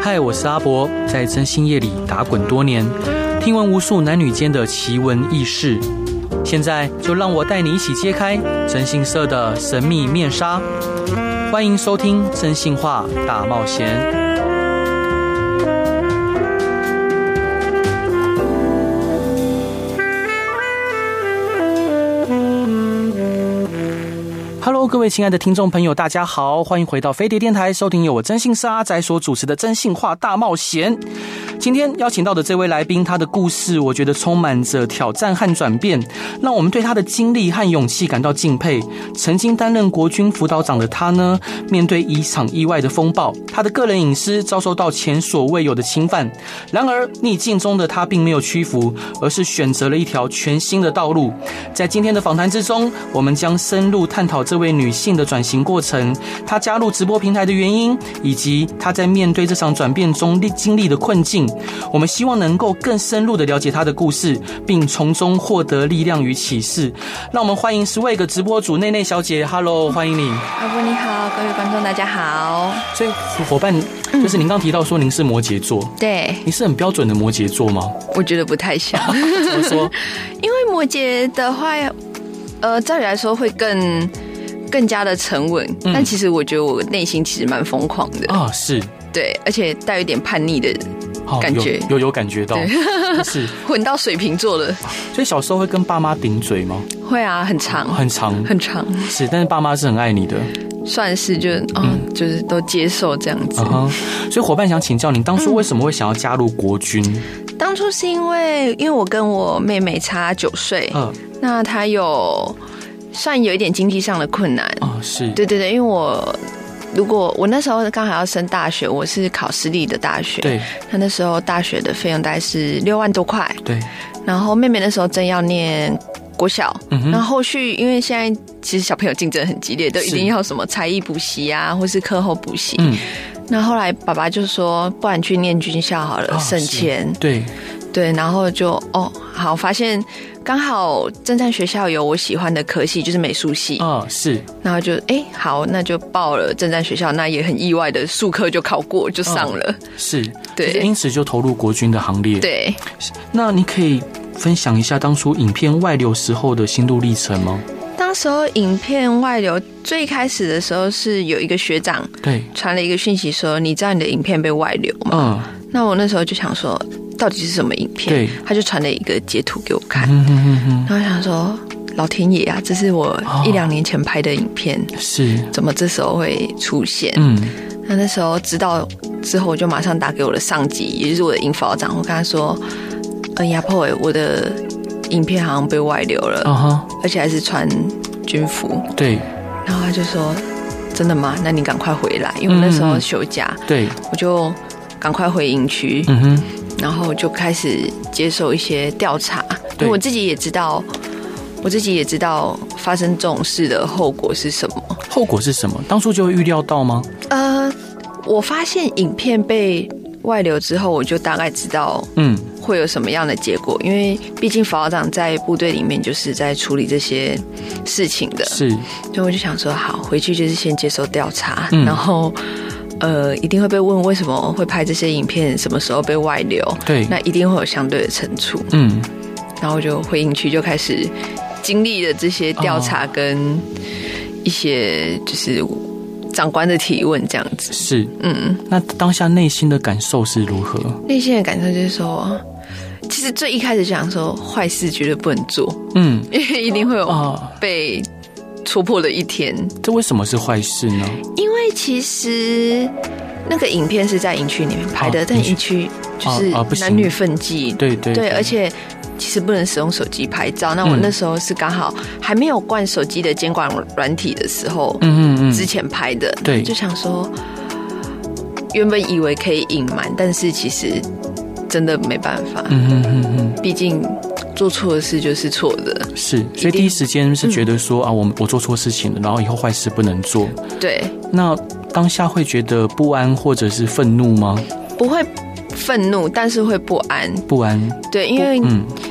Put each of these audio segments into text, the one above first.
嗨，我是阿伯，在真心业里打滚多年，听闻无数男女间的奇闻异事。现在就让我带你一起揭开真心社的神秘面纱。欢迎收听《真心话大冒险》。Hello， 各位亲爱的听众朋友，大家好，欢迎回到飞碟电台，收听由我真心是阿仔所主持的《真心话大冒险》。今天邀请到的这位来宾，他的故事我觉得充满着挑战和转变，让我们对他的经历和勇气感到敬佩。曾经担任国军辅导长的他呢，面对一场意外的风暴，他的个人隐私遭受到前所未有的侵犯。然而逆境中的他并没有屈服，而是选择了一条全新的道路。在今天的访谈之中，我们将深入探讨这位女性的转型过程，她加入直播平台的原因，以及她在面对这场转变中经历的困境。我们希望能够更深入的了解她的故事，并从中获得力量与启示。让我们欢迎Swag直播主内内小姐 ，Hello， 欢迎你。 阿伯你好，各位观众大家好。 所以伙伴，就是您刚提到说您是摩羯座， 对， 你是很标准的摩羯座吗？ 我觉得不太像。 怎么说？ 因为摩羯的话，照理来说会更加的沉稳，但其实我觉得我内心其实蛮疯狂的啊，是， 对，而且带有一点叛逆的感觉， 有感觉到，是混到水瓶座了。 所以小时候会跟爸妈顶嘴吗？ 会啊，很长， 是，但是爸妈是很爱你的， 算是就是都接受这样子。 所以伙伴想请教你，当初为什么会想要加入国军？ 当初是因为我跟我妹妹差9岁，那她算有一点经济上的困难啊，是，对，因为如果我那时候刚好要升大学，我是考私立的大学，对，那时候大学的费用大概是6万多块，对，然后妹妹那时候正要念国小，然后后续因为现在其实小朋友竞争很激烈，都一定要什么才艺补习啊，或是课后补习，那后来爸爸就说，不然去念军校好了，省钱，对，然后就好，发现刚好政战学校有我喜欢的科系，就是美术系是，然后就好，那就报了政战学校，那也很意外的术科就考过，就上了，是，对， 因此就投入国军的行列。对，那你可以分享一下当初影片外流时候的心路历程吗？ 当时候影片外流最开始的时候是有一个学长传了一个讯息说，你知道你的影片被外流吗？那我那时候就想说，到底是什么影片？他就传了一个截图给我看，然后想说，老天爷啊，这是我1-2年前拍的影片，是怎么这时候会出现？那时候知道之后，我就马上打给我的上级，也就是我的营辅导长，我跟他说，亚破我的影片好像被外流了，而且还是穿军服，对，然后他就说，真的吗？那你赶快回来，因为我那时候休假，对，我就赶快回营区，然后就开始接受一些调查，因为我自己也知道发生这种事的后果是什么。 后果是什么？当初就预料到吗？ 我发现影片被外流之后，我就大概知道，会有什么样的结果，因为毕竟辅导长在部队里面就是在处理这些事情的，是，所以我就想说，好，回去就是先接受调查，然后。一定会被问为什么会拍这些影片，什么时候被外流？对，那一定会有相对的惩处。然后就回营区就开始经历了这些调查跟一些就是长官的提问，这样子。是， 那当下内心的感受是如何？ 内心的感受就是说，其实最一开始想说坏事绝对不能做，因为一定会有被戳破的一天。 这为什么是坏事呢？ 因为其实那个影片是在营区里面拍的，但营区就是男女分际，对，而且其实不能使用手机拍照。那我那时候是刚好还没有灌手机的监管软体的时候，之前拍的，对，就想说，原本以为可以隐瞒，但是其实真的没办法，毕竟做错的事就是错的，是， 所以第一时间是觉得说我做错事情了，然后以后坏事不能做。对，那当下会觉得不安或者是愤怒吗？ 不会愤怒，但是会不安。 不安， 对，因为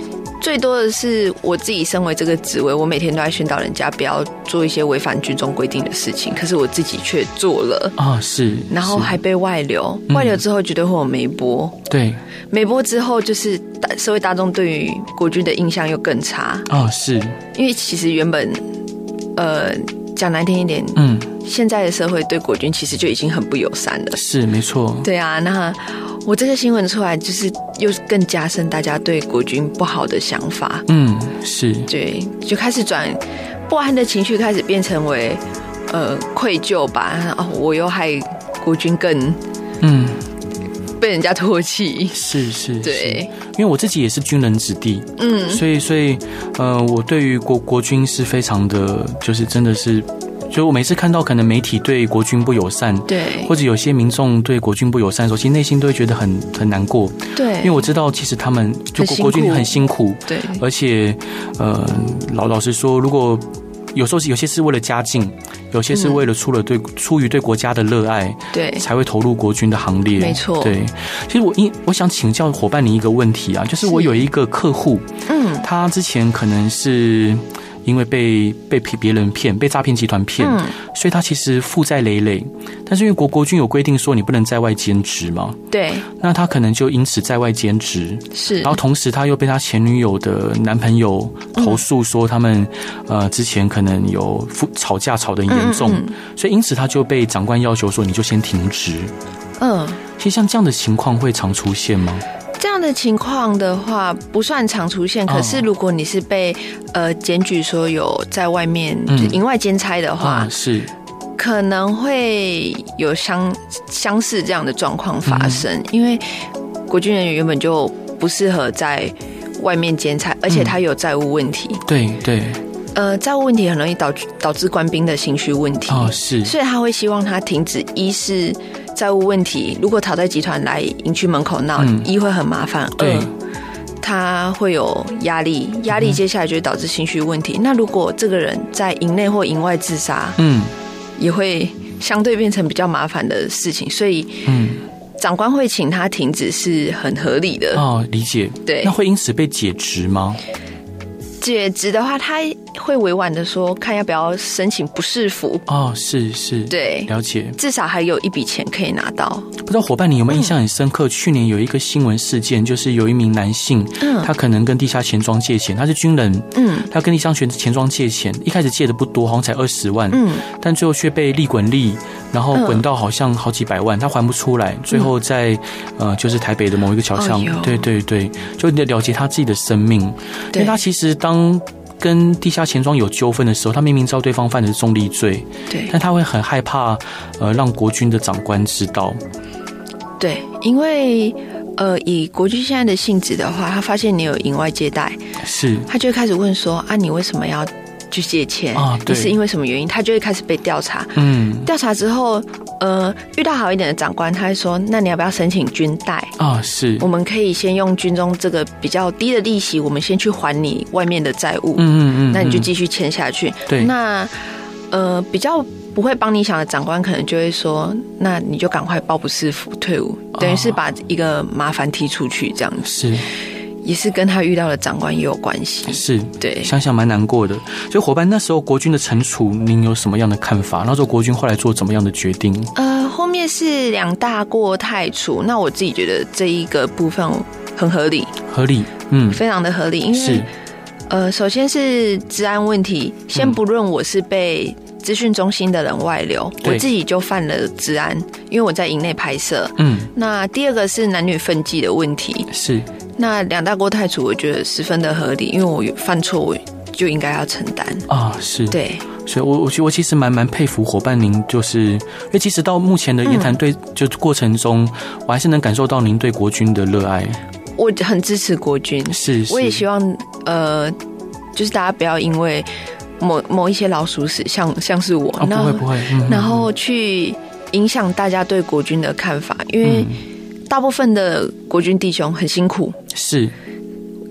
最多的是我自己身为这个职位，我每天都在宣导人家不要做一些违反军中规定的事情，可是我自己却做了啊，是， 然后还被外流，外流之后绝对会有媒波， 对， 媒波之后就是社会大众对于国军的印象又更差啊，是， 因为其实原本讲难听一点，现在的社会对国军其实就已经很不友善了，是没错， 对啊，那我这个新闻出来，就是又更加深大家对国军不好的想法。 是， 对，就开始转不安的情绪，开始变成为愧疚吧。我又害国军更被人家唾弃。 是， 对， 因为我自己也是军人子弟，所以我对于国军是非常的，就是真的是。就我每次看到可能媒体对国军不友善， 对，或者有些民众对国军不友善的时候，其实内心都会觉得很难过， 对， 因为我知道其实他们就国军很辛苦， 对， 而且老实说，如果有时候有些是为了家境，有些是为了出于对国家的热爱， 对， 才会投入国军的行列， 没错， 对。其实我想请教伙伴你一个问题啊，就是我有一个客户，他之前可能是。因为被别人骗，被诈骗集团骗，所以他其实负债累累。但是因为国军有规定说你不能在外兼职嘛， 对， 那他可能就因此在外兼职， 是。 然后同时他又被他前女友的男朋友投诉说他们之前可能有吵架吵得很严重，所以因此他就被长官要求说你就先停职。其实像这样的情况会常出现吗？ 这样的情况的话不算常出现，可是如果你是被检举说有在外面就营外兼差的话， 是可能会有相似这样的状况发生，因为国军人员原本就不适合在外面兼差，而且他有债务问题， 对， 债务问题很容易导致官兵的情绪问题， 是， 所以他会希望他停止，一是债务问题，如果讨债集团来营区门口闹，一会很麻烦，二他会有压力，接下来就会导致情绪问题。那如果这个人在营内或营外自杀，也会相对变成比较麻烦的事情，所以长官会请他停止是很合理的。 理解。 对， 那会因此被解职吗？ 解职的话，他会委婉的说，看要不要申请不适服。 是， 对， 了解。 至少还有一笔钱可以拿到。 不知道伙伴你有没有印象很深刻？去年有一个新闻事件，就是有一名男性，他可能跟地下钱庄借钱，他是军人，他跟地下钱庄借钱，一开始借的不多，好像才20万，但最后却被利滚利，然后滚到好像好几百万，他还不出来，最后在就是台北的某一个桥上，对，就了结他自己的生命，因为他其实当跟地下钱庄有纠纷的时候，他明明知道对方犯的是重利罪，对，但他会很害怕让国军的长官知道。 对，因为以国军现在的性质的话，他发现你有营外借贷，是，他就会开始问说你为什么要去借钱你是因为什么原因？他就会开始被调查。调查之后，遇到好一点的长官，他会说：“那你要不要申请军贷？是，我们可以先用军中这个比较低的利息，我们先去还你外面的债务。那你就继续签下去。对，那比较不会帮你想的长官，可能就会说：那你就赶快报不适服退伍，等于是把一个麻烦踢出去，这样子。是。”也是跟他遇到的长官也有关系，是，对， 想想蛮难过的。所以伙伴，那时候国军的惩处，您有什么样的看法？那时候国军后来做怎么样的决定？ 后面是2大过太处，那我自己觉得这一个部分很合理，非常的合理，因为首先是治安问题，先不论我是被资讯中心的人外流，我自己就犯了治安，因为我在营内拍摄。那第二个是男女分际的问题，是。那2大过太处，我觉得十分的合理，因为我犯错，我就应该要承担是，对。 所以我其实蛮佩服伙伴您，就是因为其实到目前的言谈对就过程中，我还是能感受到您对国军的热爱。 我很支持国军，是，我也希望就是大家不要因为某一些老鼠屎，像是我， 不会， 然后去影响大家对国军的看法，因为大部分的国军弟兄很辛苦，是，因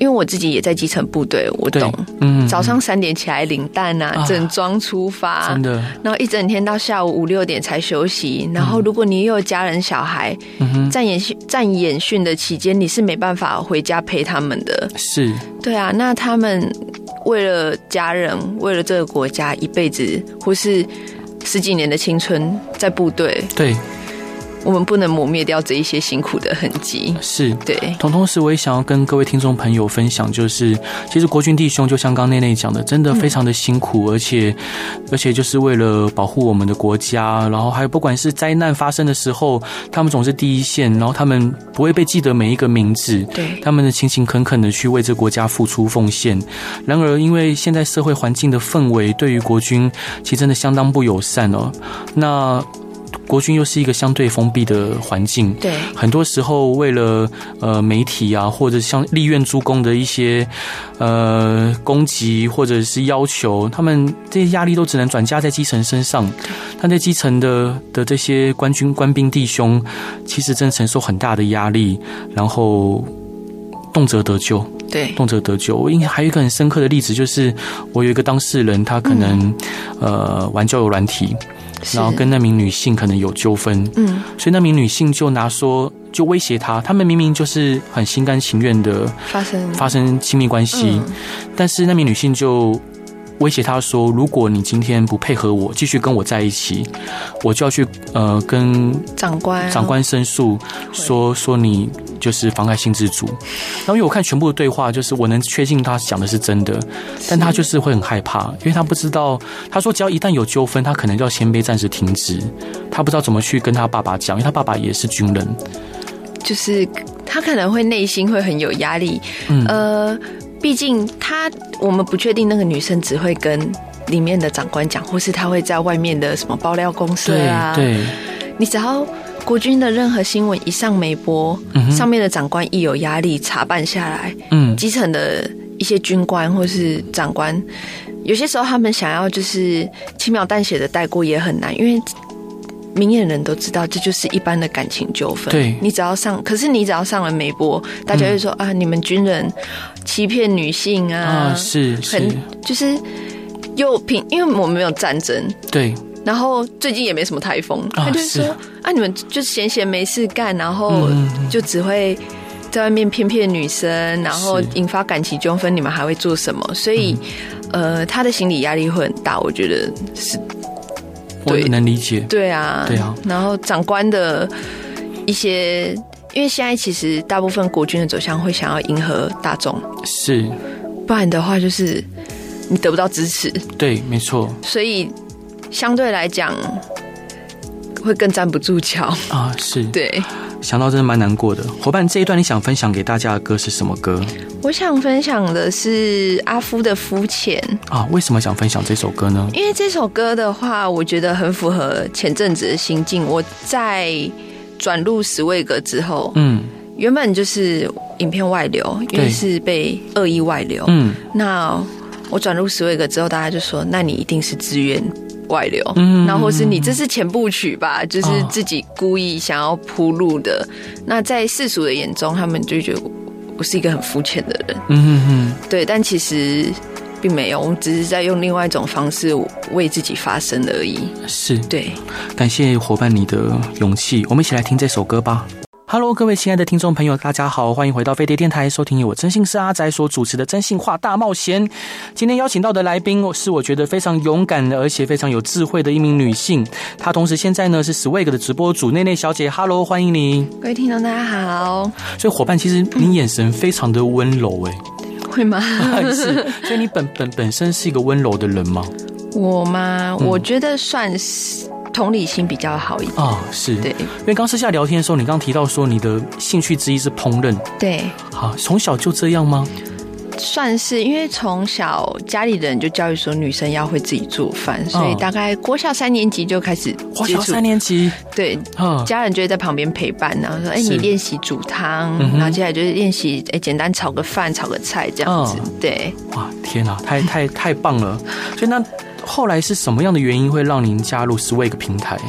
因为我自己也在基层部队，我懂。早上3点起来领弹啊，整装出发， 真的。 然后一整天到下午5、6点才休息。然后如果你又有家人小孩，站演训的期间，你是没办法回家陪他们的。 是， 对啊。那他们为了家人，为了这个国家，一辈子或是10几年的青春在部队。 对。 我们不能磨灭掉这一些辛苦的痕迹。 是， 对。 同时我也想要跟各位听众朋友分享，就是其实国军弟兄就像刚内内讲的，真的非常的辛苦，而且就是为了保护我们的国家，然后还有不管是灾难发生的时候，他们总是第一线，然后他们不会被记得每一个名字， 对， 他们的勤勤恳恳的去为这国家付出奉献。然而因为现在社会环境的氛围对于国军其实真的相当不友善哦，那国军又是一个相对封闭的环境， 对， 很多时候为了媒体啊，或者像立院诸公的一些攻击或者是要求，他们这些压力都只能转嫁在基层身上。他在基层的这些官兵弟兄，其实真的承受很大的压力，然后动辄得救。 对， 动辄得救。我还有一个很深刻的例子，就是我有一个当事人，他可能玩交友软体，然后跟那名女性可能有纠纷，所以那名女性就威胁他们明明就是很心甘情愿的发生亲密关系，但是那名女性就威胁他说，如果你今天不配合我，继续跟我在一起，我就要去跟长官申诉，说你就是妨碍性自主。然后因为我看全部的对话，就是我能确信他讲的是真的，但他就是会很害怕，因为他不知道，他说只要一旦有纠纷，他可能就要先被暂时停职，他不知道怎么去跟他爸爸讲，因为他爸爸也是军人， 就是他可能会内心会很有压力，毕竟我们不确定那个女生只会跟里面的长官讲，或是她会在外面的什么爆料公社啊。 对， 你只要国军的任何新闻一上媒播，上面的长官一有压力查办下来，基层的一些军官或是长官，有些时候他们想要就是轻描淡写的带过也很难，因为明眼人都知道，这就是一般的感情纠纷。 对， 可是你只要上了媒播，大家就说啊，你们军人欺骗女性啊， 是， 就是因为我们没有战争， 对， 然后最近也没什么台风，他就说啊，你们就闲闲没事干，然后就只会在外面骗女生，然后引发感情纠纷，你们还会做什么？所以，他的心理压力会很大，我觉得是。 我能理解， 对啊， 对啊。 然后长官的一些，因为现在其实大部分国军的走向会想要迎合大众， 是， 不然的话就是你得不到支持。 对，没错。 所以相对来讲会更站不住脚啊，是， 对。 想到真的蛮难过的。伙伴，这一段你想分享给大家的歌是什么歌？ 我想分享的是阿夫的《肤浅》 啊。为什么想分享这首歌呢？ 因为这首歌的话，我觉得很符合前阵子的心境。我在转入Swag之后，原本就是影片外流，因为是被恶意外流。那我转入Swag之后，大家就说，那你一定是自愿外流，然后或是你这是前部曲吧，就是自己故意想要铺路的。那在世俗的眼中，他们就觉得我是一个很肤浅的人，对，但其实并没有，我们只是在用另外一种方式为自己发声而已。 是， 对， 感谢伙伴你的勇气，我们一起来听这首歌吧。Hello， 各位亲爱的听众朋友，大家好，欢迎回到飞碟电台，收听由我真心是阿宅所主持的真心话大冒险。今天邀请到的来宾是我觉得非常勇敢而且非常有智慧的一名女性，她同时现在呢是 Swag 的直播主内内小姐。Hello， 欢迎你。 各位听众大家好。 所以伙伴，其实你眼神非常的温柔会吗？ 是，所以你本身是一个温柔的人吗？ 我吗？我觉得算是。同理心比较好一点啊，是， 对， 因为刚私下聊天的时候，你刚提到说你的兴趣之一是烹饪， 对， 好，从小就这样吗？ 算是，因为从小家里人就教育说女生要会自己做饭，所以大概国小3年级就开始接触。 国小3年级， 对，家人就会在旁边陪伴，然后说：“你练习煮汤，然后接下来就是练习简单炒个饭、炒个菜这样子。”对， 哇，天哪，太棒了！所以那后来是什么样的原因会让您加入 Swag 平台？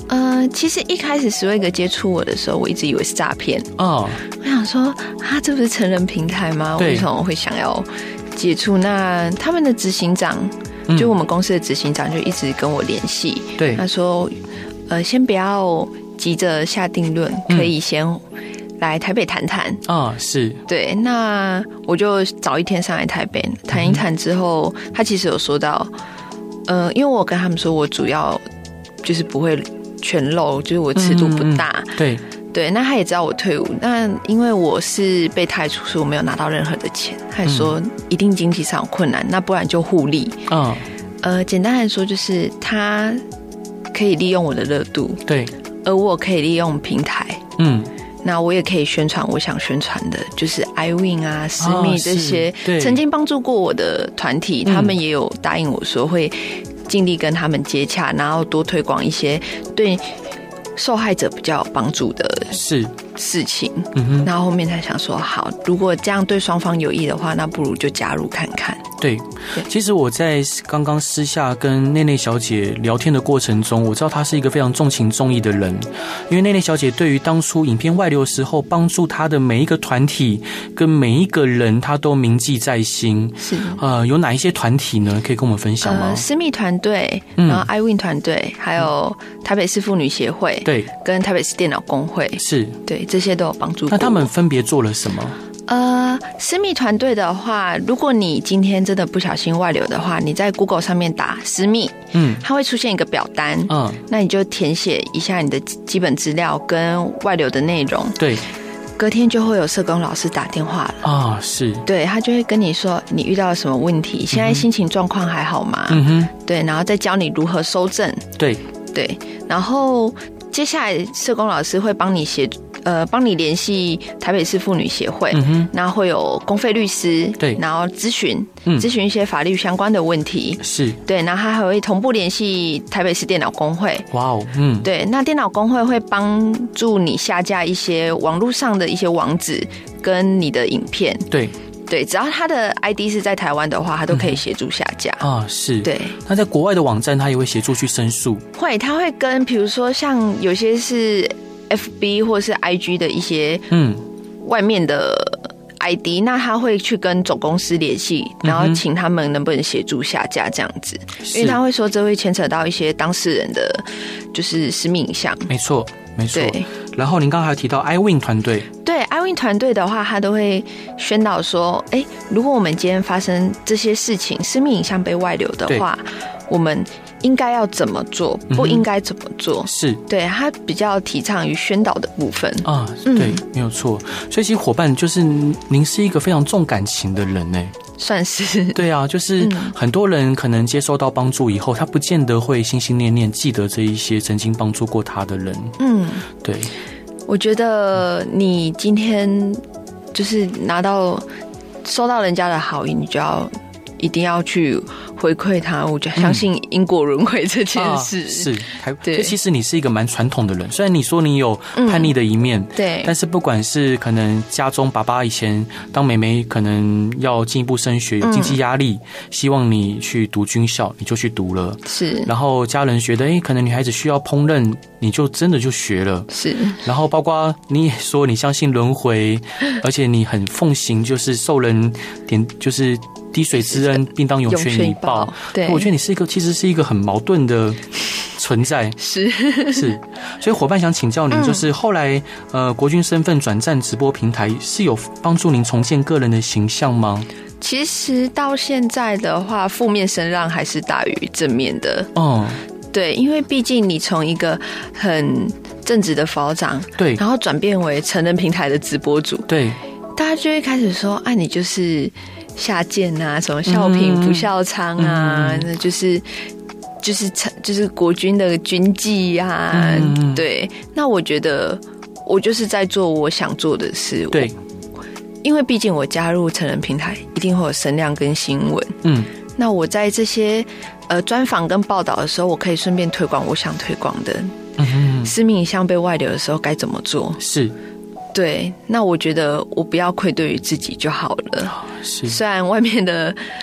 其实一开始Swag接触我的时候，我一直以为是诈骗哦。我想说这不是成人平台吗？为什么会想要接触？那他们的执行长，就我们公司的执行长，就一直跟我联系。对，他说，先不要急着下定论，可以先来台北谈谈是对。那我就早一天上来台北谈一谈之后，他其实有说到，因为我跟他们说我主要就是不会全露，就是我尺度不大。对，那他也知道我退伍，那因为我是被开除，所以我没有拿到任何的钱。他也说一定经济上有困难，那不然就互利。简单来说就是他可以利用我的热度，对，而我可以利用平台，那我也可以宣传我想宣传的，就是 iWin 啊、私密这些曾经帮助过我的团体，他们也有答应我说会尽力跟他们接洽，然后多推广一些对受害者比较有帮助的事情。然后后面才想说，好，如果这样对双方有益的话，那不如就加入看看。 对，其实我在刚刚私下跟内内小姐聊天的过程中，我知道她是一个非常重情重义的人，因为内内小姐对于当初影片外流的时候，帮助她的每一个团体跟每一个人，她都铭记在心。是有哪一些团体呢？可以跟我们分享吗？ 私密团队，然后 iWin 团队，还有台北市妇女协会，对，跟台北市电脑工会，是对，这些都有帮助过。 那他们分别做了什么？ 私密团队的话，如果你今天真的不小心外流的话，你在 Google 上面打私密，它会出现一个表单，那你就填写一下你的基本资料跟外流的内容，对，隔天就会有社工老师打电话了是，对，他就会跟你说你遇到了什么问题，现在心情状况还好吗？对，然后再教你如何收证，对，然后接下来社工老师会帮你联系台北市妇女协会，然后会有公费律师，对，然后咨询一些法律相关的问题，是对，然后他还会同步联系台北市电脑工会，哇哦，对，那电脑工会会帮助你下架一些网络上的一些网址跟你的影片，对，只要他的 ID 是在台湾的话，他都可以协助下架是，对。那在国外的网站，他也会协助去申诉， 他会跟比如说像有些是FB 或是 IG 的一些外面的 ID，那他会去跟总公司联系，然后请他们能不能协助下架这样子，因为他会说这会牵扯到一些当事人的就是私密影像。没错。然后您刚才还提到 iWin 团队，对 iWin 团队的话，他都会宣导说，如果我们今天发生这些事情，私密影像被外流的话，我们应该要怎么做，不应该怎么做，是对他比较提倡于宣导的部分对，没有错。所以其实伙伴就是您是一个非常重感情的人呢， 算是对啊，就是很多人可能接受到帮助以后，他不见得会心心念念记得这一些曾经帮助过他的人。对， 我觉得你今天就是收到人家的好意，你就要一定要去回馈他，我就相信因果轮回这件事。是， 对。其实你是一个蛮传统的人，虽然你说你有叛逆的一面，对，但是不管是可能家中爸爸以前当妹妹可能要进一步升学，有经济压力，希望你去读军校，你就去读了。是，然后家人觉得可能女孩子需要烹饪，你就真的就学了。是，然后包括你也说你相信轮回，而且你很奉行就是受人就是滴水之恩，并当涌泉以报。对，我觉得你其实是一个很矛盾的存在。是，所以伙伴想请教您，就是后来国军身份转战直播平台，是有帮助您重建个人的形象吗？ 其实到现在的话，负面声浪还是大于正面的。对，因为毕竟你从一个很正直的佛长，对，然后转变为成人平台的直播主，对，大家就会开始说，你就是下贱啊，什么笑贫不笑娼啊，那就是国军的军纪啊，对。那我觉得我就是在做我想做的事，对。因为毕竟我加入成人平台，一定会有声量跟新闻，那我在这些专访跟报道的时候，我可以顺便推广我想推广的，私密影像被外流的时候该怎么做？是。对，那我觉得我不要愧对于自己就好了。是，虽然外面的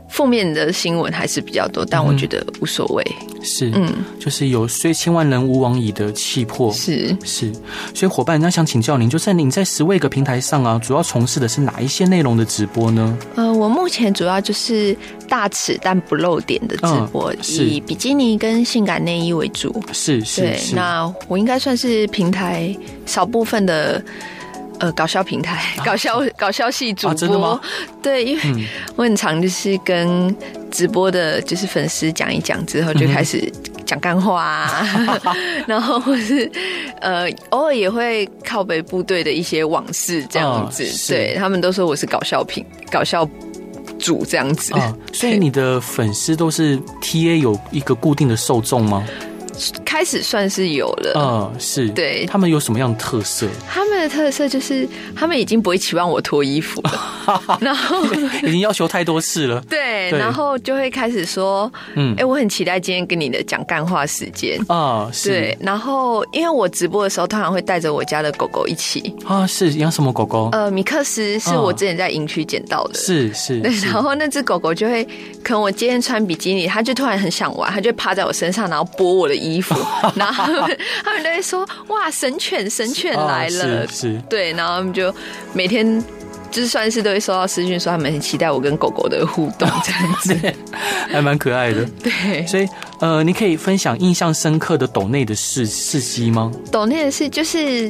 负面的新闻还是比较多，但我觉得无所谓。 是，就是有虽千万人吾往矣的气魄。是。所以伙伴，那想请教您，就是你在10位个平台上啊，主要从事的是哪一些内容的直播呢？ 我目前主要就是大尺但不露点的直播，以比基尼跟性感内衣为主。是。那我应该算是平台少部分的。搞笑平台，搞笑系主播， 真的吗？ 对，因为我很常就是跟直播的，就是粉丝讲一讲之后，就开始讲干话啊，然后或是偶尔也会靠北部队的一些往事这样子，对他们都说我是搞笑主这样子。 所以你的粉丝都是 TA 有一个固定的受众吗？ 开始算是有了， 是， 对。 他们有什么样的特色？他们的特色就是他们已经不会期望我脱衣服了，然后已经要求太多次了。 对，然后就会开始说，我很期待今天跟你的讲干话时间对。然后因为我直播的时候，通常会带着我家的狗狗一起是养什么狗狗？ 米克斯是我之前在营区捡到的， 是。 对，然后那只狗狗就会，可能我今天穿比基尼，它就突然很想玩，它就趴在我身上，然后拨我的衣服，然后他们都会说哇，神犬来了， 是， 对，然后他们就每天就是算是都会收到私讯说他们很期待我跟狗狗的互动这样子， 还蛮可爱的。 对， 所以你可以分享印象深刻的抖内的事迹吗？ 抖内的事就是，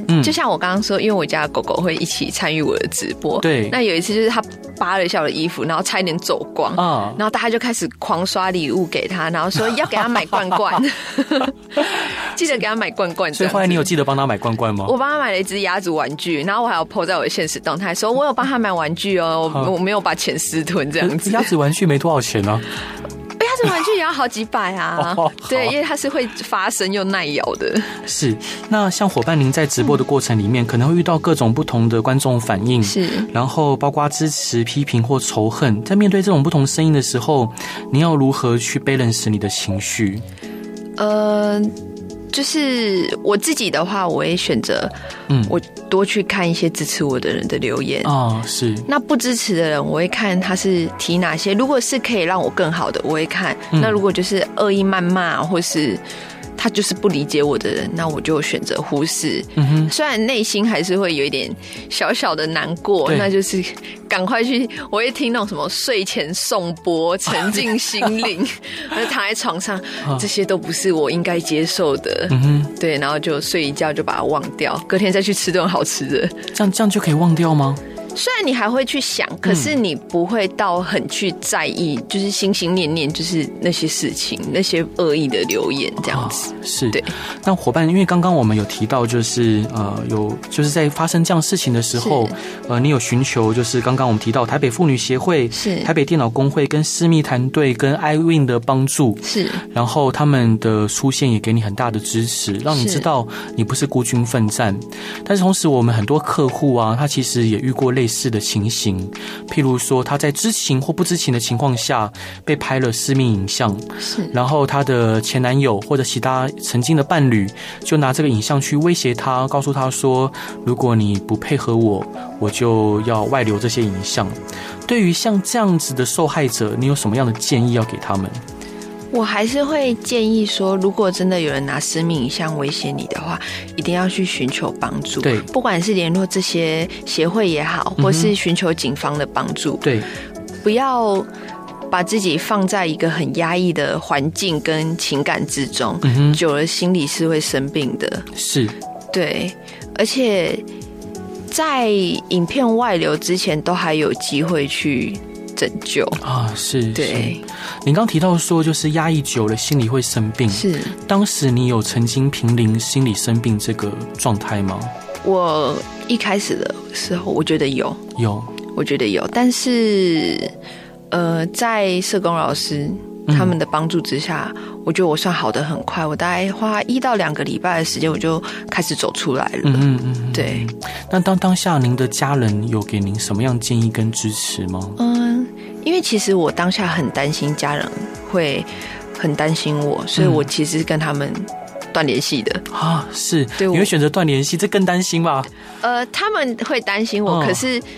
就像我刚刚说，因为我家的狗狗会一起参与我的直播， 对， 那有一次就是它扒了一下我的衣服，然后差一点走光，然后大家就开始狂刷礼物给他，然后说要给他买罐罐，记得给他买罐罐。 所以后来你有记得帮他买罐罐吗？ 我帮他买了一只鸭子玩具，然后我还有 po 在我的限时动态说，我有帮他买玩具哦，我没有把钱私吞这样子。 鸭子玩具没多少钱啊。 鸭子玩具也要好几百啊，对，因为它是会发声又耐咬的。 是，那像伙伴您在直播的过程里面，可能会遇到各种不同的观众反应， 是， 然后包括支持、批评或仇恨，在面对这种不同声音的时候，你要如何去 balance 你的情绪？ 就是我自己的话，我会选择，我多去看一些支持我的人的留言是。 那不支持的人，我会看他是提哪些。如果是可以让我更好的，我会看。那如果就是恶意谩骂，或是他就是不理解我的人，那我就选择忽视。虽然内心还是会有一点小小的难过，那就是赶快去。我会听那种什么睡前颂钵，沉浸心灵，我就躺在床上，这些都不是我应该接受的。对，然后就睡一觉就把它忘掉，隔天再去吃顿好吃的。 这样就可以忘掉吗？ 虽然你还会去想，可是你不会到很去在意，就是心心念念就是那些事情，那些恶意的留言这样子。 是， 对。 那伙伴，因为刚刚我们有提到，就是就是在发生这样事情的时候，你有寻求，就是刚刚我们提到台北妇女协会、 是台北电脑工会跟私密团队跟 iWin 的帮助， 是， 然后他们的出现也给你很大的支持，让你知道你不是孤军奋战。但是同时，我们很多客户啊，他其实也遇过类似的情形，譬如说他在知情或不知情的情况下被拍了私密影像，然后他的前男友或者其他曾经的伴侣就拿这个影像去威胁他，告诉他说，如果你不配合我就要外流这些影像。对于像这样子的受害者，你有什么样的建议要给他们？ 我还是会建议说，如果真的有人拿私密影像威胁你的话，一定要去寻求帮助。 对， 不管是联络这些协会也好，或是寻求警方的帮助。 对， 不要把自己放在一个很压抑的环境跟情感之中，久了心理是会生病的。 是， 对，而且在影片外流之前，都还有机会去拯救是， 对。 您刚提到说，就是压抑久了心里会生病， 是。当时你有曾经濒临心理生病这个状态吗？ 我一开始的时候，我觉得有，我觉得有，但是在社工老师他们的帮助之下，我觉得我算好得很快，我大概花1到2个礼拜的时间，我就开始走出来了。对。 那当下您的家人有给您什么样建议跟支持吗？ 因为其实我当下很担心家人会很担心我，所以我其实跟他们断联系的是，对，你会选择断联系，这更担心吧？ 他们会担心我，可是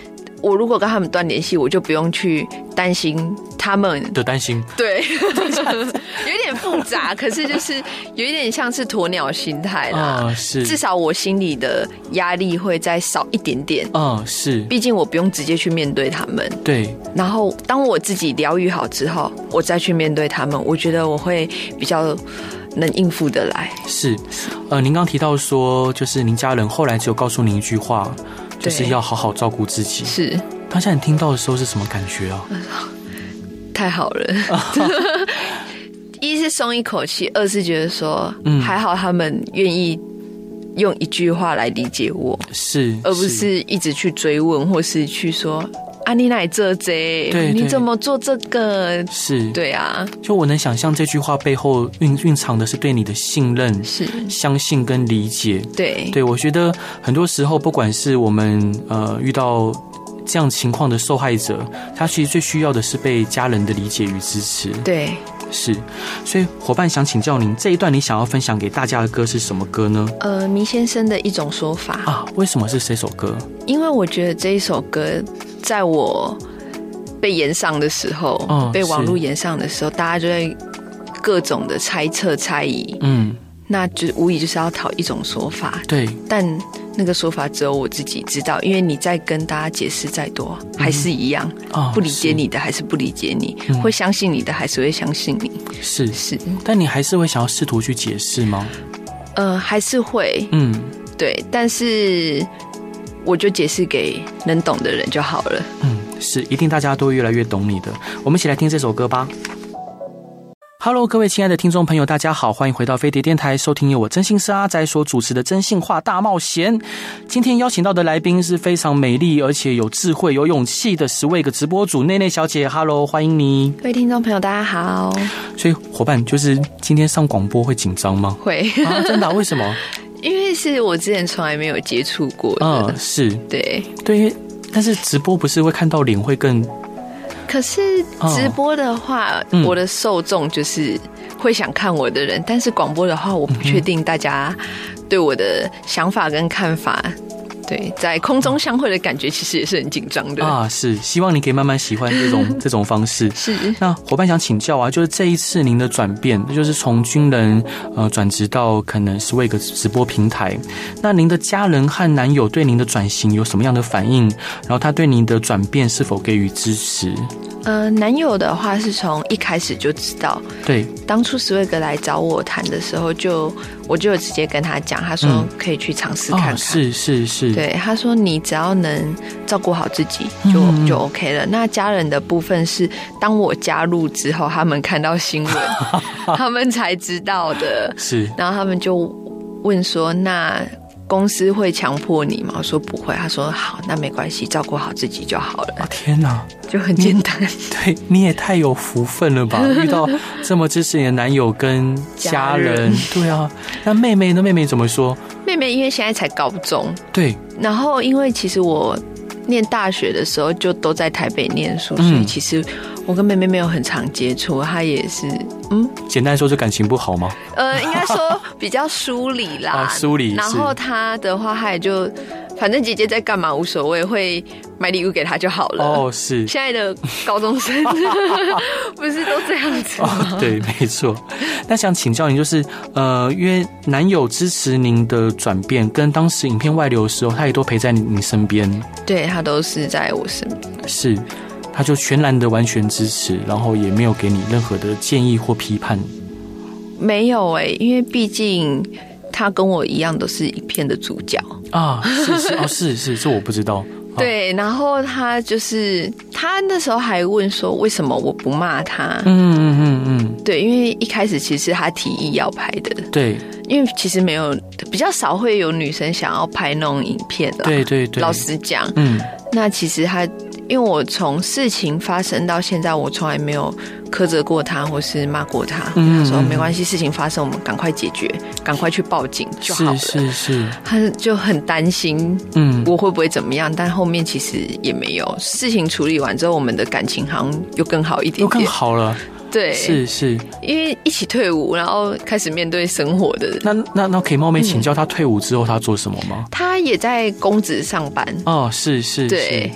我如果跟他们断联系，我就不用去担心他们的担心。 对，有点复杂，可是就是有一点像是鸵鸟心态啦。是，至少我心里的压力会再少一点点。 是， 毕竟我不用直接去面对他们。 对。 然后当我自己疗愈好之后，我再去面对他们，我觉得我会比较能应付得来。 是，您刚提到说，就是您家人后来只有告诉您一句话，就是要好好照顾自己。 是， 当下你听到的时候是什么感觉啊？ 太好了，一是松一口气，二是觉得说，还好他们愿意用一句话来理解我， 是， 而不是一直去追问，或是去说。啊，你哪这你怎么做这个？是，对啊。 就我能想象这句话背后蕴藏的是对你的信任、 是相信跟理解。 对， 我觉得很多时候，不管是我们遇到这样情况的受害者，他其实最需要的是被家人的理解与支持。 对。 是，所以伙伴想请教您，这一段你想要分享给大家的歌是什么歌呢？ 迷先生的一种说法啊，为什么是这首歌？ 因为我觉得这一首歌，在我被延上的时候，被网络延上的时候，大家就在各种的猜测、猜疑，那就无疑就是要讨一种说法。 对， 但那个说法只有我自己知道，因为你再跟大家解释再多，还是一样，不理解你的还是不理解你，会相信你的还是会相信你。 是，但你还是会想要试图去解释吗？ 还是会，对，但是我就解释给能懂的人就好了。 是，一定大家都会越来越懂你的。我们一起来听这首歌吧。Hello， 各位亲爱的听众朋友，大家好，欢迎回到飞碟电台，收听由我真心是阿仔所主持的真心话大冒险。今天邀请到的来宾是非常美丽而且有智慧、有勇气的10位个直播主内内小姐。Hello， 欢迎你。 各位听众朋友，大家好。 所以伙伴，就是今天上广播会紧张吗？ 会啊，真的？为什么？ 因为是我之前从来没有接触过的。 是， 对， 因为但是直播不是会看到脸会更。 可是直播的话，我的受众就是会想看我的人，但是广播的话，我不确定大家对我的想法跟看法。对，在空中相会的感觉其实也是很紧张的啊。是，希望你可以慢慢喜欢这种方式。 是。 那伙伴想请教啊，就是这一次您的转变，就是从军人转职到可能是为一个直播平台，那您的家人和男友对您的转型有什么样的反应？然后他对您的转变是否给予支持？ 男友的话是从一开始就知道。 对， 当初10位哥来找我谈的时候，我就有直接跟他讲，他说可以去尝试看看。是。对，他说你只要能照顾好自己就 OK 了。那家人的部分是当我加入之后，他们看到新闻，他们才知道的。 是， 然后他们就问说那。公司会强迫你吗？我说不会。他说好，那没关系，照顾好自己就好了。 天哪， 就很简单。 对，你也太有福分了吧！遇到这么支持你的男友跟家人。对啊，那妹妹呢？妹妹怎么说？ 妹妹因为现在才高中， 对。 然后因为其实我念大学的时候就都在台北念书，所以其实我跟妹妹没有很常接触。她也是， 简单说就感情不好吗？ 应该说比较疏离啦， 疏离。 然后她的话，她也就反正姐姐在干嘛无所谓，会买礼物给她就好了。是。现在的高中生不是都这样子吗？ 对，没错。那想请教您，就是因为男友支持您的转变，跟当时影片外流的时候，他也都陪在你身边。 对，他都是在我身边。 是。他就全然的完全支持，然后也没有给你任何的建议或批判。 没有因为毕竟他跟我一样都是影片的主角啊。是，这我不知道。 对，然后他那时候还问说为什么我不骂他。对，因为一开始其实他提议要拍的。对，因为其实比较少会有女生想要拍那种影片啦。对，老实讲，那其实因为我从事情发生到现在，我从来没有苛责过他或是骂过他。他说没关系，事情发生我们赶快解决，赶快去报警就好了。是。他就很担心我会不会怎么样，但后面其实也没有。事情处理完之后，我们的感情好像又更好一点点，又更好了。对，是，因为一起退伍，然后开始面对生活的。 那可以冒昧请教，他退伍之后他做什么吗？ 他也在公职上班。 是， 对。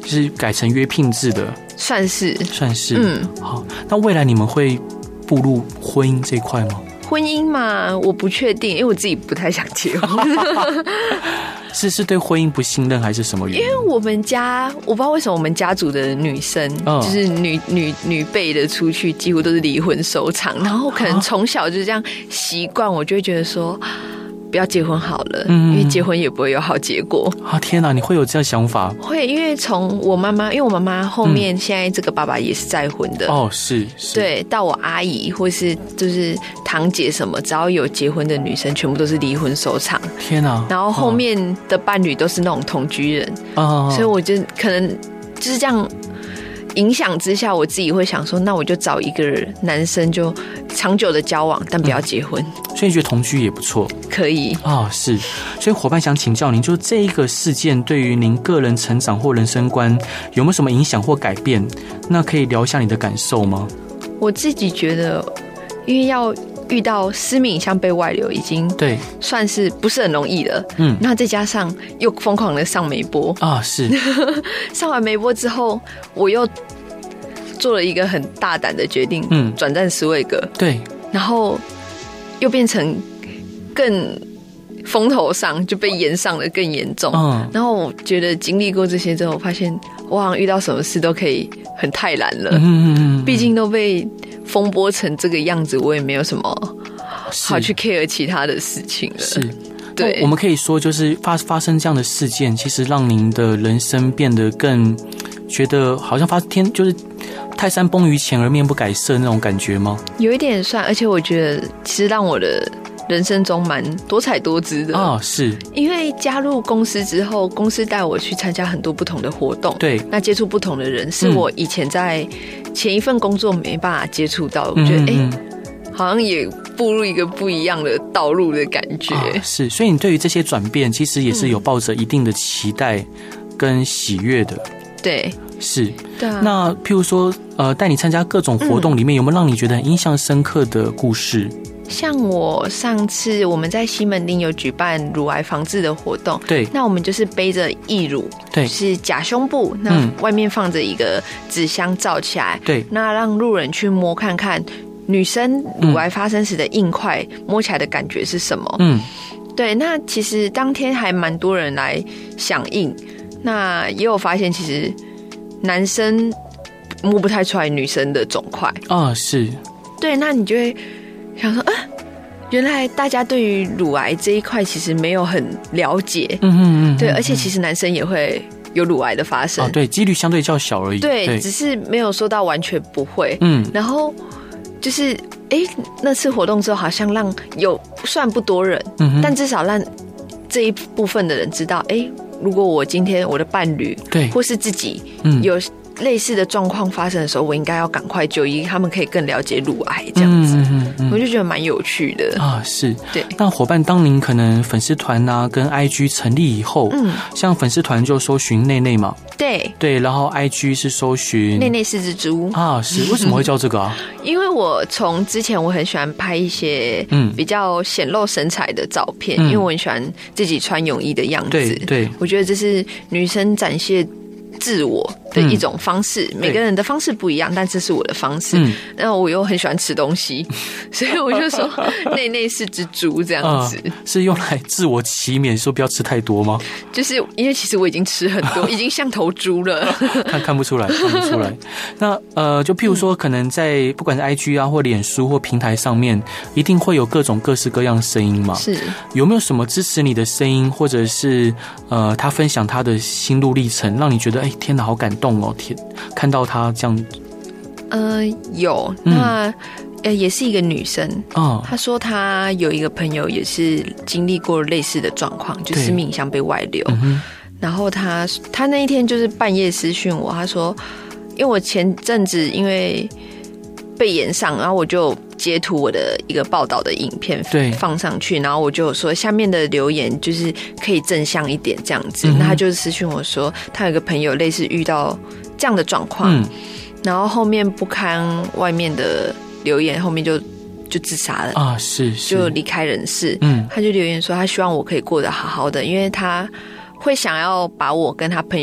就是改成约聘制的， 算是。 好，那未来你们会步入婚姻这一块吗？ 婚姻嘛，我不确定，因为我自己不太想结婚。 是对婚姻不信任还是什么原因？ 因为我们家，我不知道为什么我们家族的女生，就是女辈的出去，几乎都是离婚收场，然后可能从小就这样习惯，我就会觉得说，不要结婚好了，因为结婚也不会有好结果啊！天哪，你会有这样想法？ 会，因为从我妈妈，因为我妈妈后面现在这个爸爸也是再婚的哦，是， 对，到我阿姨或是就是堂姐什么，只要有结婚的女生，全部都是离婚收场。 天哪！ 然后后面的伴侣都是那种同居人所以我就可能就是这样。影响之下，我自己会想说，那我就找一个男生就长久的交往，但不要结婚。 所以你觉得同居也不错？ 可以啊，是。所以伙伴想请教您，就这一个事件对于您个人成长或人生观有没有什么影响或改变？那可以聊一下你的感受吗？ 我自己觉得，因为要遇到私密影像被外流，已经对算是不是很容易了。那再加上又疯狂的上媒波啊，是。 上完媒波之后，我又做了一个很大胆的决定，转战Swag， 对， 然后又变成更风头上就被延上的更严重。然后我觉得经历过这些之后，我发现我好像遇到什么事都可以很泰然了。毕竟都被风波成这个样子，我也没有什么好去 care 其他的事情了。 是。 对， 我们可以说，就是发生这样的事件，其实让您的人生变得更觉得好像就是泰山崩于前而面不改色那种感觉吗？有一点算，而且我觉得其实让我的人生中蛮多彩多姿的啊。是因为加入公司之后，公司带我去参加很多不同的活动， 对， 那接触不同的人，是我以前在前一份工作没办法接触到。我觉得好像也步入一个不一样的道路的感觉。 是，所以你对于这些转变，其实也是有抱着一定的期待跟喜悦的。 对， 是。 对啊。 那譬如说，带你参加各种活动里面，有没有让你觉得很印象深刻的故事？ 像我上次我们在西门町有举办乳癌防治的活动， 对， 那我们就是背着义乳， 对， 是假胸部，那外面放着一个纸箱罩起来， 对， 那让路人去摸看看。女生乳癌发生时的硬块摸起来的感觉是什么？对，那其实当天还蛮多人来响应，那也有发现其实男生摸不太出来女生的肿块啊，是。 对，那你就会想说，原来大家对于乳癌这一块其实没有很了解，对，而且其实男生也会有乳癌的发生， 对，几率相对较小而已， 对，只是没有说到完全不会，然后。就是那次活动之后，好像让算不多人，但至少让这一部分的人知道，如果我今天我的伴侣， 对， 或是自己有类似的状况发生的时候，我应该要赶快就医，他们可以更了解乳癌这样子。我就觉得蛮有趣的啊。是， 对。 那伙伴，当您可能粉丝团啊跟 IG 成立以后，像粉丝团就搜寻内内嘛，对，然后 IG 是搜寻内内是只猪啊。是，为什么会叫这个啊？ 因为我从之前我很喜欢拍一些比较显露身材的照片，因为我很喜欢自己穿泳衣的样子， 对， 我觉得这是女生展现自我的一种方式，每个人的方式不一样，但这是我的方式。然后我又很喜欢吃东西，所以我就说内内是只猪这样子。 是用来自我期勉，说不要吃太多吗？ 就是因为其实我已经吃很多，已经像头猪了。 看不出来。那就譬如说，可能在不管是 IG 啊或脸书或平台上面，一定会有各种各式各样的声音嘛。 是， 有没有什么支持你的声音，或者是他分享他的心路历程，让你觉得天哪，好感动哦！看到他这样， 有，那也是一个女生她说她有一个朋友也是经历过类似的状况，就是私密影像被外流，然后她那一天就是半夜私讯我，她说，因为我前阵子因为被延上，然后我就截图我的一个报道的影片放上去，然后我就说下面的留言就是可以正向一点这样子，那他就私讯我说他有个朋友类似遇到这样的状况，然后后面不堪外面的留言，后面就自杀了啊，是就离开人世。他就留言说他希望我可以过得好好的，因为他会想要把我跟他朋友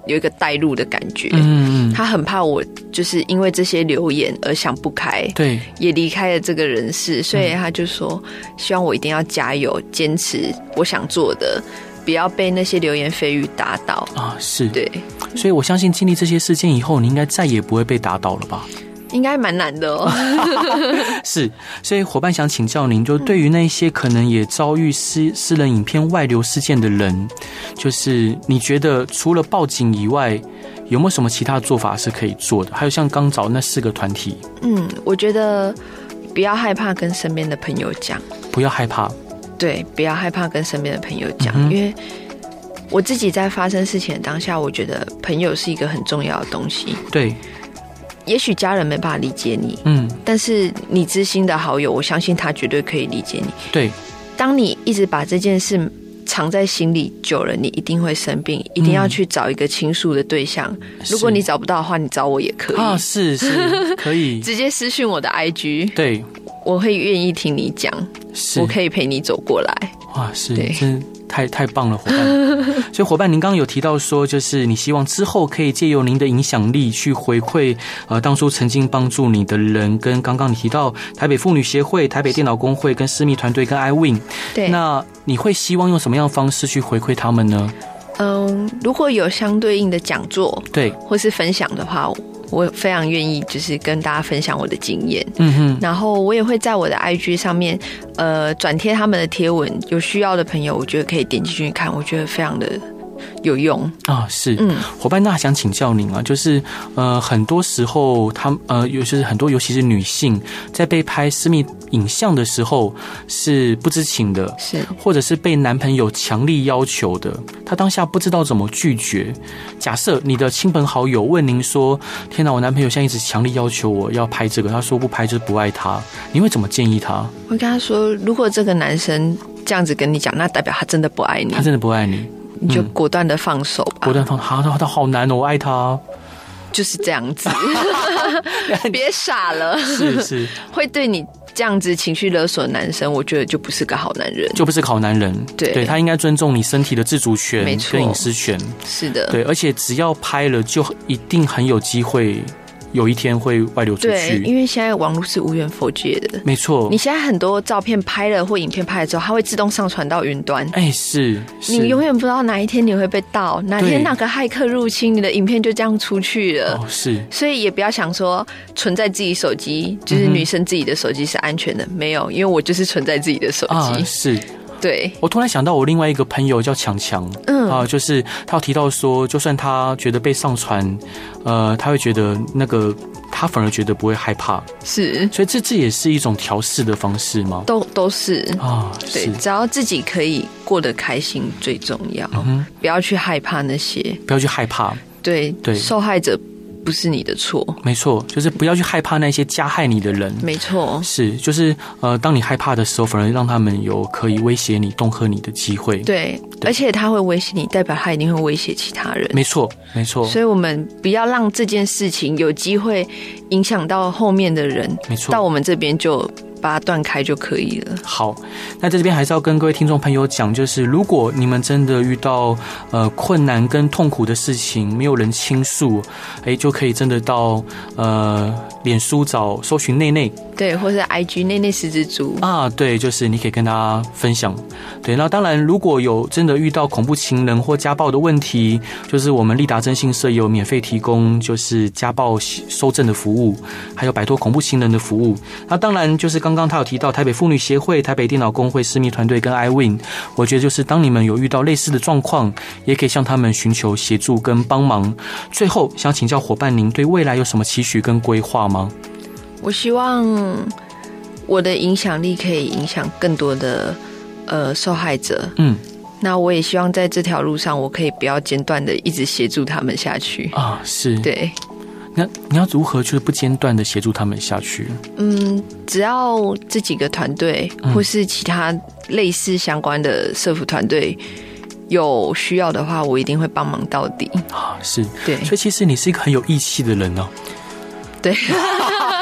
有一个带入的感觉。他很怕我就是因为这些留言而想不开， 对， 也离开了这个人世，所以他就说希望我一定要加油，坚持我想做的，不要被那些流言蜚语打倒啊。是， 对， 所以我相信经历这些事件以后，你应该再也不会被打倒了吧？ 应该蛮难的哦。 是，所以伙伴想请教您，就对于那些可能也遭遇私人影片外流事件的人，就是你觉得除了报警以外，有没有什么其他做法是可以做的？还有像刚找那4个团体， 我觉得不要害怕跟身边的朋友讲， 不要害怕， 对，不要害怕跟身边的朋友讲，因为我自己在发生事情的当下，我觉得朋友是一个很重要的东西。 对。 也许家人没办法理解你，但是你知心的好友，我相信他绝对可以理解你。 对， 当你一直把这件事藏在心里久了，你一定会生病，一定要去找一个倾诉的对象。如果你找不到的话，你找我也可以啊，是可以直接私讯我的 IG， 对， 我会愿意听你讲，我可以陪你走过来。 哇，是，真太棒了，伙伴。所以伙伴，您刚刚有提到说，就是你希望之后可以借由您的影响力去回馈当初曾经帮助你的人，跟刚刚你提到台北妇女协会、台北电脑工会、跟私密团队、跟 iWin， 对，那你会希望用什么样的方式去回馈他们呢？ 如果有相对应的讲座，对，或是分享的话，我非常愿意就是跟大家分享我的经验，然后我也会在我的 IG 上面转贴他们的贴文，有需要的朋友我觉得可以点进去看，我觉得非常的有用啊。是，伙伴，那想请教您啊，就是很多时候就是很多尤其是女性在被拍私密影像的时候是不知情的，是，或者是被男朋友强力要求的，她当下不知道怎么拒绝。假设你的亲朋好友问您说，天哪，我男朋友现在一直强力要求我要拍这个，他说不拍就是不爱他，你会怎么建议他？ 我会跟他说，如果这个男生这样子跟你讲，那代表他真的不爱你， 他真的不爱你， 你就果断的放手吧。 果断放手，他好难哦，我爱他， 就是这样子。别傻了， 是会对你这样子情绪勒索的男生，我觉得就不是个好男人， 就不是个好男人。对，他应该尊重你身体的自主权跟隐私权。是的，对，而且只要拍了，就一定很有机会。有一天会外流出去， 对，因为现在网络是无远弗届的， 没错。你现在很多照片拍了或影片拍了之后，它会自动上传到云端。 是你永远不知道哪一天你会被盗，哪天哪个骇客入侵，你的影片就这样出去了。是，所以也不要想说存在自己手机，就是女生自己的手机是安全的，没有，因为我就是存在自己的手机。 是。 对， 我突然想到我另外一个朋友叫强强，就是他有提到说，就算他觉得被上传，他会觉得那个他反而觉得不会害怕，是，所以这也是一种调适的方式吗？ 都是啊，对，只要自己可以过得开心最重要，不要去害怕那些， 不要去害怕， 对，受害者不是你的错， 没错，就是不要去害怕那些加害你的人， 没错， 是，就是当你害怕的时候，反而让他们有可以威胁你、恫吓你的机会， 对，而且他会威胁你，代表他一定会威胁其他人， 没错，没错， 所以我们不要让这件事情有机会影响到后面的人，没错，到我们这边就把它断开就可以了。 好，那在这边还是要跟各位听众朋友讲，就是如果你们真的遇到困难跟痛苦的事情，没有人倾诉，就可以真的到脸书搜寻内内， 对，或是 IG 内内十字珠啊，对，就是你可以跟大家分享。对，那当然如果有真的遇到恐怖情人或家暴的问题，就是我们立达征信社有免费提供就是家暴收证的服务，还有摆脱恐怖情人的服务。那当然就是刚刚他有提到台北妇女协会、台北电脑工会、私密团队跟 iWin， 我觉得就是当你们有遇到类似的状况，也可以向他们寻求协助跟帮忙。最后想请教伙伴，您对未来有什么期许跟规划吗？ 我希望我的影响力可以影响更多的受害者，那我也希望在这条路上我可以不要间断的一直协助他们下去啊，是， 对。 那你要如何就是不间断的协助他们下去？ 只要这几个团队或是其他类似相关的社福团队有需要的话，我一定会帮忙到底啊！是，对， 所以其实你是一个很有义气的人哦。 对，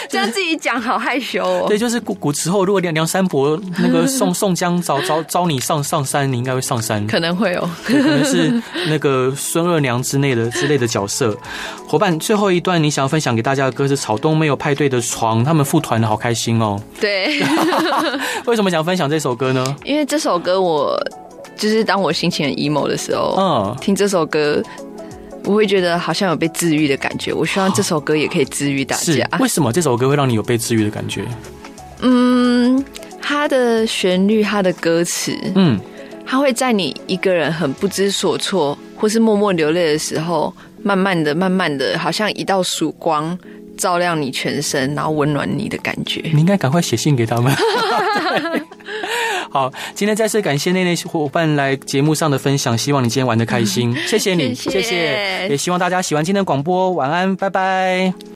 这样自己讲好害羞哦。 对，就是古时候，如果梁山伯那个宋江招你上山，你应该会上山， 可能会哦， 可能是那个孙二娘之类的角色。伙伴，最后一段你想要分享给大家的歌是草东没有派对的床，他们复团的好开心哦。 对， 为什么想分享这首歌呢？ 因为这首歌我就是当我心情很 emo 的时候，听这首歌。我会觉得好像有被治愈的感觉，我希望这首歌也可以治愈大家。 为什么这首歌会让你有被治愈的感觉？ 它的旋律，它的歌词，它会在你一个人很不知所措，或是默默流泪的时候，慢慢的，好像一道曙光照亮你全身，然后温暖你的感觉。 你应该赶快写信给他们。好，今天再次感谢内内伙伴来节目上的分享，希望你今天玩得开心，谢谢你，谢谢，也希望大家喜欢今天的广播，晚安，拜拜。